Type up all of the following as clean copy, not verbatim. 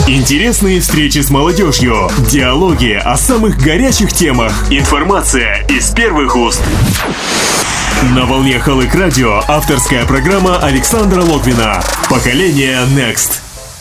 Интересные встречи с молодежью, диалоги о самых горячих темах, информация из первых уст. На волне Халык Радио авторская программа Александра Логвина «Поколение Next».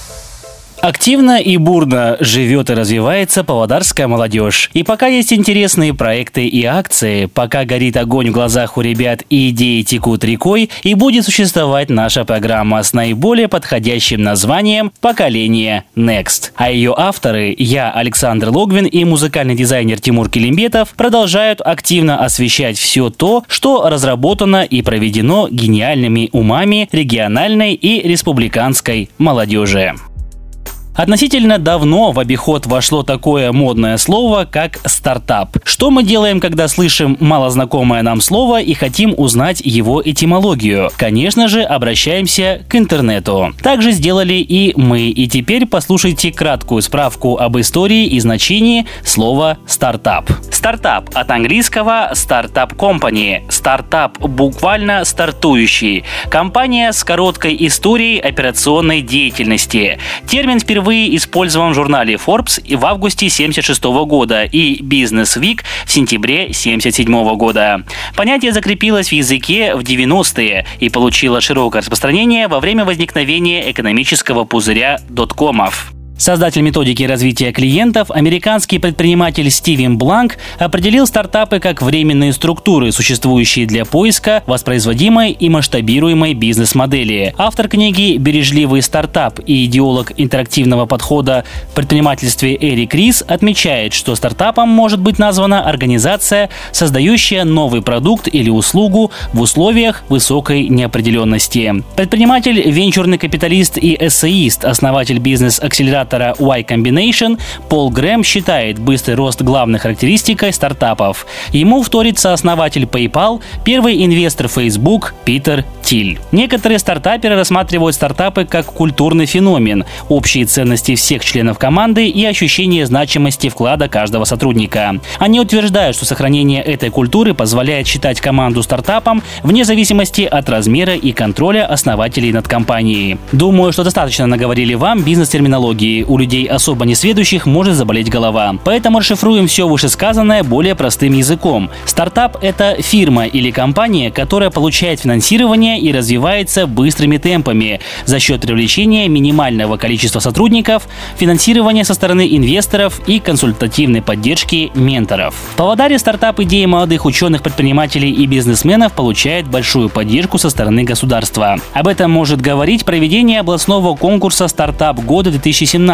Активно и бурно живет и развивается павлодарская молодежь. И пока есть интересные проекты и акции, пока горит огонь в глазах у ребят и идеи текут рекой, и будет существовать наша программа с наиболее подходящим названием «Поколение Next». А ее авторы, я, Александр Логвин, и музыкальный дизайнер Тимур Келимбетов продолжают активно освещать все то, что разработано и проведено гениальными умами региональной и республиканской молодежи. Относительно давно в обиход вошло такое модное слово, как стартап. Что мы делаем, когда слышим малознакомое нам слово и хотим узнать его этимологию? Конечно же, обращаемся к интернету. Так же сделали и мы. И теперь послушайте краткую справку об истории и значении слова стартап. Стартап от английского startup company. Стартап буквально стартующий. Компания с короткой историей операционной деятельности. Термин впервые использован в журнале Forbes в августе 1976 года и Business Week в сентябре 1977 года. Понятие закрепилось в языке в 90-е и получило широкое распространение во время возникновения экономического пузыря доткомов. Создатель методики развития клиентов, американский предприниматель Стивен Бланк, определил стартапы как временные структуры, существующие для поиска воспроизводимой и масштабируемой бизнес-модели. Автор книги «Бережливый стартап» и идеолог интерактивного подхода в предпринимательстве Эрик Рис отмечает, что стартапом может быть названа организация, создающая новый продукт или услугу в условиях высокой неопределенности. Предприниматель, венчурный капиталист и эссеист, основатель бизнес-акселератора Y Combination Пол Грэм считает быстрый рост главной характеристикой стартапов. Ему вторит сооснователь PayPal, первый инвестор Facebook Питер Тиль. Некоторые стартаперы рассматривают стартапы как культурный феномен, общие ценности всех членов команды и ощущение значимости вклада каждого сотрудника. Они утверждают, что сохранение этой культуры позволяет считать команду стартапом вне зависимости от размера и контроля основателей над компанией. Думаю, что достаточно наговорили вам бизнес-терминологии. У людей особо несведущих может заболеть голова. Поэтому расшифруем все вышесказанное более простым языком. Стартап – это фирма или компания, которая получает финансирование и развивается быстрыми темпами за счет привлечения минимального количества сотрудников, финансирования со стороны инвесторов и консультативной поддержки менторов. В Павлодаре стартап-идеи молодых ученых, предпринимателей и бизнесменов получает большую поддержку со стороны государства. Об этом может говорить проведение областного конкурса «Стартап года 2017».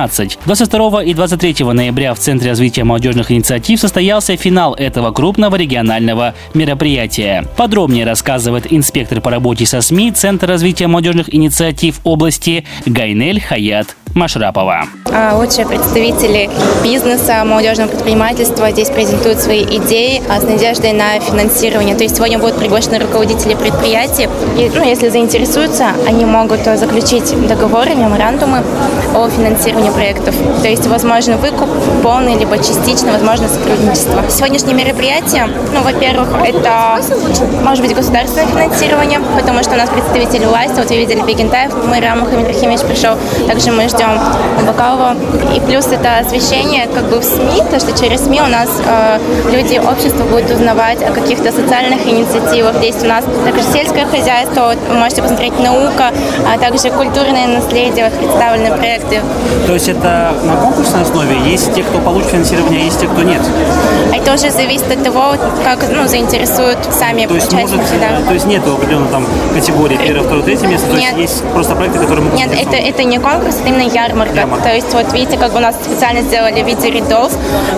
22 и 23 ноября в Центре развития молодежных инициатив состоялся финал этого крупного регионального мероприятия. Подробнее рассказывает инспектор по работе со СМИ Центра развития молодежных инициатив области Гайнель Хаят Машрапова. Лучшие представители бизнеса, молодежного предпринимательства здесь презентуют свои идеи с надеждой на финансирование. То есть сегодня будут приглашены руководители предприятий. И если заинтересуются, они могут заключить договоры, меморандумы о финансировании проектов. То есть возможно выкуп полный, либо частично, возможно сотрудничество. Сегодняшнее мероприятие, во-первых, это может быть государственное финансирование, потому что у нас представители власти, вот вы видели Бегентаев, мэр Мухаммед Рахимович пришел, также мы ждем Бакалова. И плюс это освещение в СМИ, то что через СМИ у нас люди, общество будут узнавать о каких-то социальных инициативах. Здесь у нас также сельское хозяйство, вы можете посмотреть наука, а также культурное наследие, представлены проекты. То есть это на конкурсной основе? Есть те, кто получит финансирование, есть те, кто нет? Это уже зависит от того, как заинтересуют сами участники. То есть нет определенной категории первое, второе, третье место? То есть есть просто проекты, которые могут... Нет, это не конкурс, это именно ярмарка. То есть видите, у нас специально сделали в виде рядов,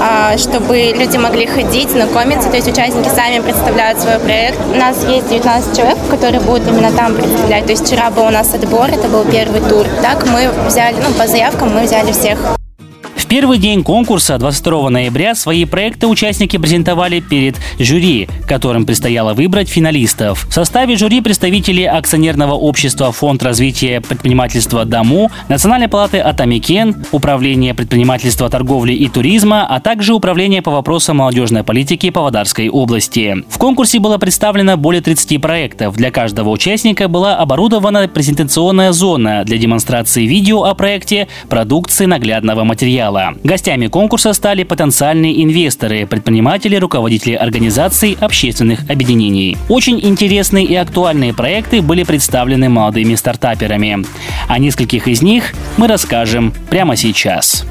чтобы люди могли ходить, знакомиться. То есть участники сами представляют свой проект. У нас есть 19 человек, которые будут именно там представлять. То есть вчера был у нас отбор, это был первый тур. Так мы взяли, по заявкам мы взяли всех. первый день конкурса 22 ноября свои проекты участники презентовали перед жюри, которым предстояло выбрать финалистов. В составе жюри представители акционерного общества «Фонд развития предпринимательства ДАМУ», Национальной палаты Атамекен, Управления предпринимательства, торговли и туризма, а также Управления по вопросам молодежной политики Павлодарской области. В конкурсе было представлено более 30 проектов. Для каждого участника была оборудована презентационная зона для демонстрации видео о проекте, продукции, наглядного материала. Гостями конкурса стали потенциальные инвесторы, предприниматели, руководители организаций, общественных объединений. Очень интересные и актуальные проекты были представлены молодыми стартаперами. О нескольких из них мы расскажем прямо сейчас.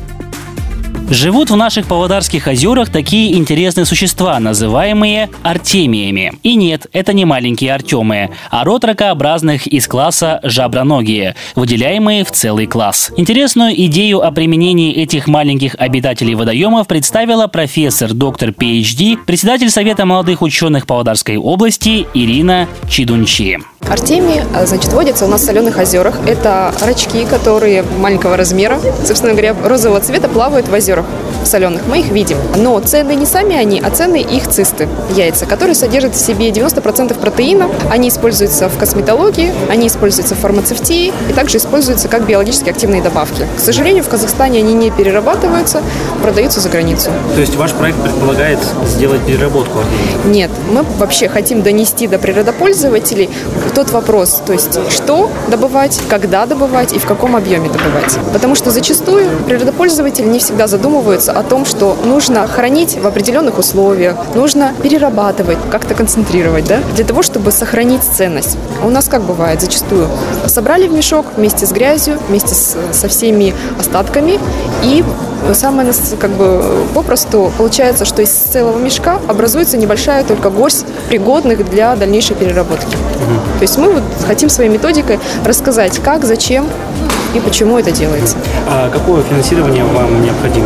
Живут в наших Павлодарских озерах такие интересные существа, называемые артемиями. И нет, это не маленькие артемы, а род ракообразных из класса жаброногие, выделяемые в целый класс. Интересную идею о применении этих маленьких обитателей водоемов представила профессор, доктор PhD, председатель Совета молодых ученых Павлодарской области Ирина Чидунчи. Артемии, водятся у нас в соленых озерах. Это рачки, которые маленького размера, собственно говоря, розового цвета, плавают в озерах соленых. Мы их видим. Но ценны не сами они, а ценны их цисты, яйца, которые содержат в себе 90% протеина. Они используются в косметологии, они используются в фармацевтии и также используются как биологически активные добавки. К сожалению, в Казахстане они не перерабатываются, продаются за границу. То есть ваш проект предполагает сделать переработку? Нет, мы вообще хотим донести до природопользователей тот вопрос, то есть что добывать, когда добывать и в каком объеме добывать. Потому что зачастую природопользователи не всегда задумываются о том, что нужно хранить в определенных условиях, нужно перерабатывать, как-то концентрировать, да, для того, чтобы сохранить ценность. А у нас как бывает зачастую? Собрали в мешок вместе с грязью, вместе со всеми остатками, и самое попросту получается, что из целого мешка образуется небольшая только горсть пригодных для дальнейшей переработки. То есть мы хотим своей методикой рассказать, как, зачем и почему это делается. А какое финансирование вам необходимо?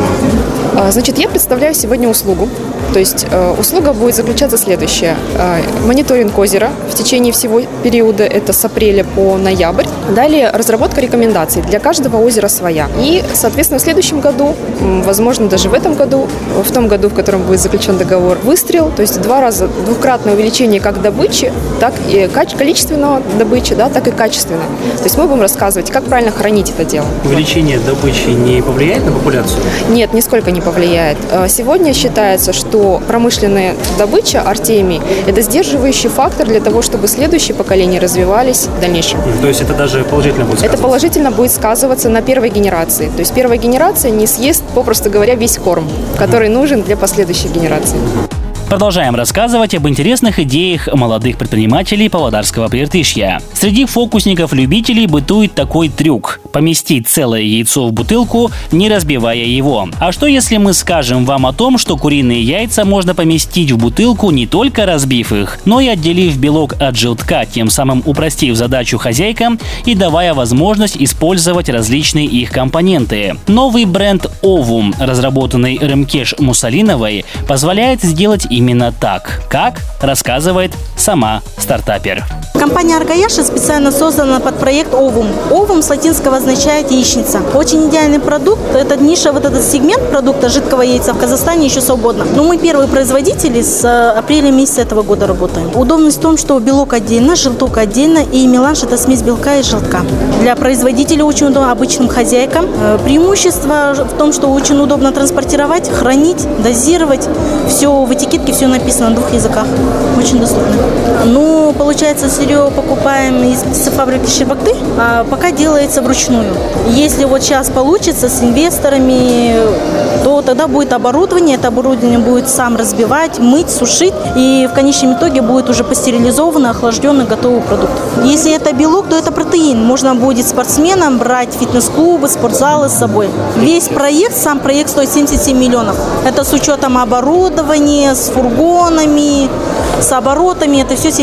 Я представляю сегодня услугу. То есть услуга будет заключаться следующее. Мониторинг озера в течение всего периода, это с апреля по ноябрь. Далее разработка рекомендаций. Для каждого озера своя. И, соответственно, в следующем году, возможно, даже в этом году, в том году, в котором будет заключен договор, выстрел, то есть двукратное увеличение как добычи, так и количественного добычи, да, так и качественного. То есть мы будем рассказывать, как правильно хранить это дело. Увеличение добычи не повлияет на популяцию? Нет, нисколько не повлияет. Сегодня считается, что промышленная добыча артемий – это сдерживающий фактор для того, чтобы следующие поколения развивались в дальнейшем. То есть это даже положительно будет сказываться? Это положительно будет сказываться на первой генерации. То есть первая генерация не съест, попросту говоря, весь корм, который нужен для последующей генерации. Продолжаем рассказывать об интересных идеях молодых предпринимателей Павлодарского Прииртышья. Среди фокусников-любителей бытует такой трюк – поместить целое яйцо в бутылку, не разбивая его. А что если мы скажем вам о том, что куриные яйца можно поместить в бутылку, не только разбив их, но и отделив белок от желтка, тем самым упростив задачу хозяйкам и давая возможность использовать различные их компоненты. Новый бренд «Овум», разработанный Рымкеш Мусалиновой, позволяет сделать именно так. Как? Рассказывает сама стартапер. Компания «Аргаяша» специально создана под проект «Овум». «Овум» с латинского означает «яичница». Очень идеальный продукт. Этот ниша, этот сегмент продукта жидкого яйца в Казахстане еще свободно. Но мы первые производители с апреля месяца этого года работаем. Удобность в том, что белок отдельно, желток отдельно, и меланж – это смесь белка и желтка. Для производителя очень удобно, обычным хозяйкам. Преимущество в том, что очень удобно транспортировать, хранить, дозировать. Все в этикетке, все написано на 2 языках. Очень доступно. Ну, получается, сырье покупаем из фабрики Щербакты, а пока делается вручную. Если вот сейчас получится с инвесторами, то тогда будет оборудование. Это оборудование будет сам разбивать, мыть, сушить. И в конечном итоге будет уже пастеризованный, охлажденный, готовый продукт. Если это белок, то это протеин. Можно будет спортсменам брать фитнес-клубы, спортзалы с собой. Весь проект, сам проект стоит 77 миллионов. Это с учетом оборудования, с фургонами, с оборотами. Это все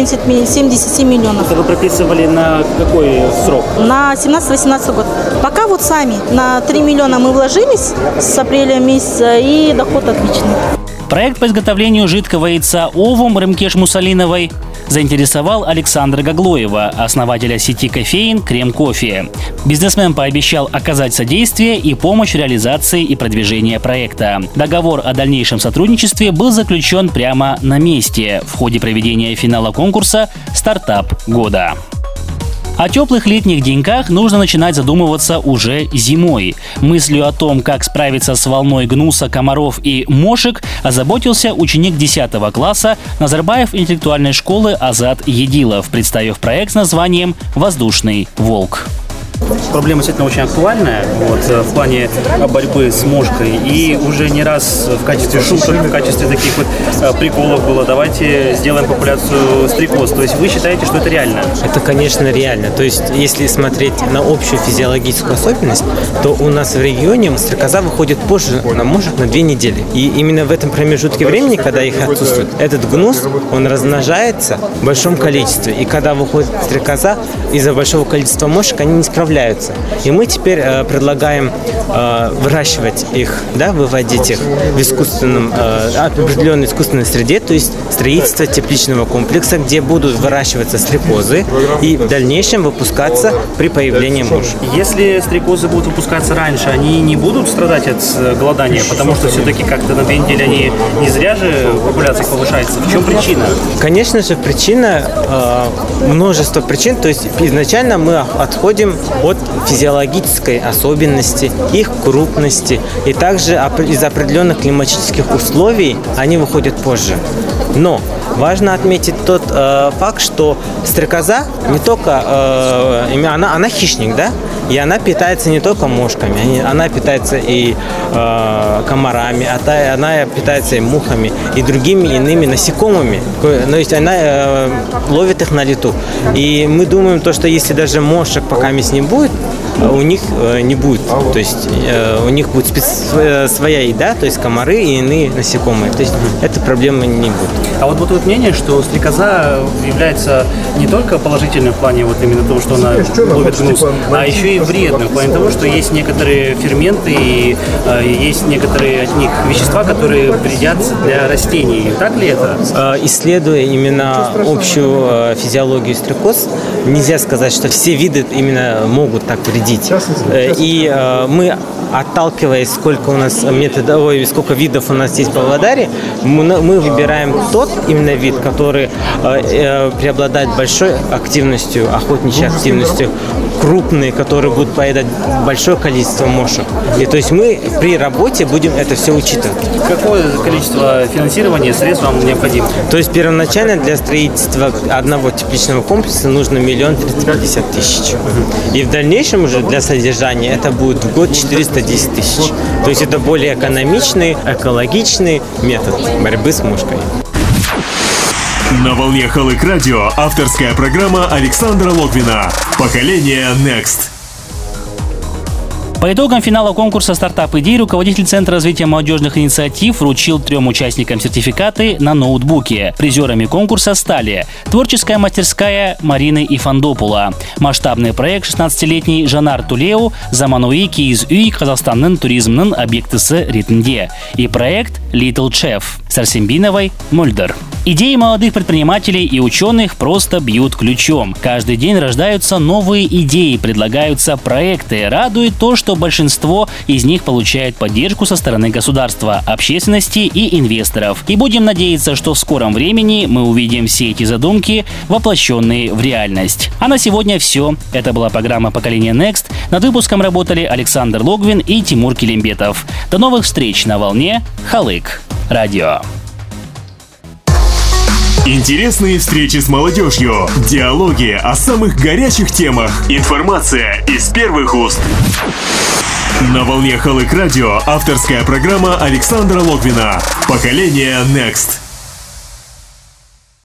77 миллионов. Это вы прописывали на какой срок? На 17-18 год. Пока вот сами на 3 миллиона мы вложились с апреля месяца, и доход отличный. Проект по изготовлению жидкого яйца «Овум» Рымкеш Мусалиновой заинтересовал Александра Гаглоева, основателя сети кофеин «Крем Кофе». Бизнесмен пообещал оказать содействие и помощь в реализации и продвижении проекта. Договор о дальнейшем сотрудничестве был заключен прямо на месте в ходе проведения финала конкурса «Стартап года». О теплых летних деньках нужно начинать задумываться уже зимой. Мыслью о том, как справиться с волной гнуса, комаров и мошек, озаботился ученик 10 класса Назарбаев интеллектуальной школы Азат Едилов, представив проект с названием «Воздушный волк». Проблема действительно очень актуальная в плане борьбы с мошкой. И уже не раз в качестве шуток, в качестве таких приколов было: давайте сделаем популяцию стрекоз. То есть вы считаете, что это реально? Это, конечно, реально. То есть если смотреть на общую физиологическую особенность, то у нас в регионе стрекоза выходит позже на мошек на 2 недели. И именно в этом промежутке времени, когда их отсутствует, этот гнус, он размножается в большом количестве. И когда выходит стрекоза, из-за большого количества мошек они не справляются. И мы теперь предлагаем выращивать их, выводить их в определенной искусственной среде, то есть строительство тепличного комплекса, где будут выращиваться стрекозы и в дальнейшем выпускаться при появлении мошек. Если стрекозы будут выпускаться раньше, они не будут страдать от голодания, потому что все-таки как-то на 2 недели они не зря же популяция повышается. В чем причина? Конечно же, причина множество причин. То есть изначально мы отходим от физиологической особенности, их крупности, и также из определенных климатических условий они выходят позже. Но важно отметить тот факт, что стрекоза не только она хищник, и она питается не только мошками, она питается и комарами, она питается и мухами, и другими иными насекомыми. То есть она ловит их на лету. И мы думаем, что если даже мошек пока не будет, у них не будет. То есть у них будет своя еда, то есть комары и иные насекомые. То есть этой проблемы не будет. А вот мнение, что стрекоза является не только положительным в плане именно того, что она ловит гнус, а еще и вредным в плане того, что есть некоторые ферменты и есть некоторые от них вещества, которые вредят для растений. Так ли это? Исследуя именно общую физиологию стрекоз, нельзя сказать, что все виды именно могут так вредить. И мы, отталкиваясь, сколько видов у нас есть в Павлодаре, мы выбираем тот именно вид, который преобладает большой активностью, охотничьей активностью, крупные, которые будут поедать большое количество мошек. И то есть мы при работе будем это все учитывать. Какое количество финансирования, средств вам необходимо? То есть первоначально для строительства одного тепличного комплекса нужно 1 350 000. И в дальнейшем уже для содержания это будет в год 410 000. То есть это более экономичный, экологичный метод борьбы с мошкой. На волне Халык Радио авторская программа Александра Логвина. Поколение Next. По итогам финала конкурса «Стартап-идей» руководитель Центра развития молодежных инициатив вручил 3 участникам сертификаты на ноутбуки. Призерами конкурса стали творческая мастерская Марины Ифандопула, масштабный проект 16-летний Жанар Тулеу «Заманауи киіз үй Казахстанның туризмның объектісі ретінде» и проект Little Chef с Арсембиновой Мульдер. Идеи молодых предпринимателей и ученых просто бьют ключом. Каждый день рождаются новые идеи, предлагаются проекты. Радует то, что большинство из них получает поддержку со стороны государства, общественности и инвесторов. И будем надеяться, что в скором времени мы увидим все эти задумки, воплощенные в реальность. А на сегодня все. Это была программа «Поколение Next». Над выпуском работали Александр Логвин и Тимур Килимбетов. До новых встреч на волне Халык Радио. Интересные встречи с молодежью, диалоги о самых горячих темах, информация из первых уст. На волне Халык Радио авторская программа Александра Логвина. Поколение Next.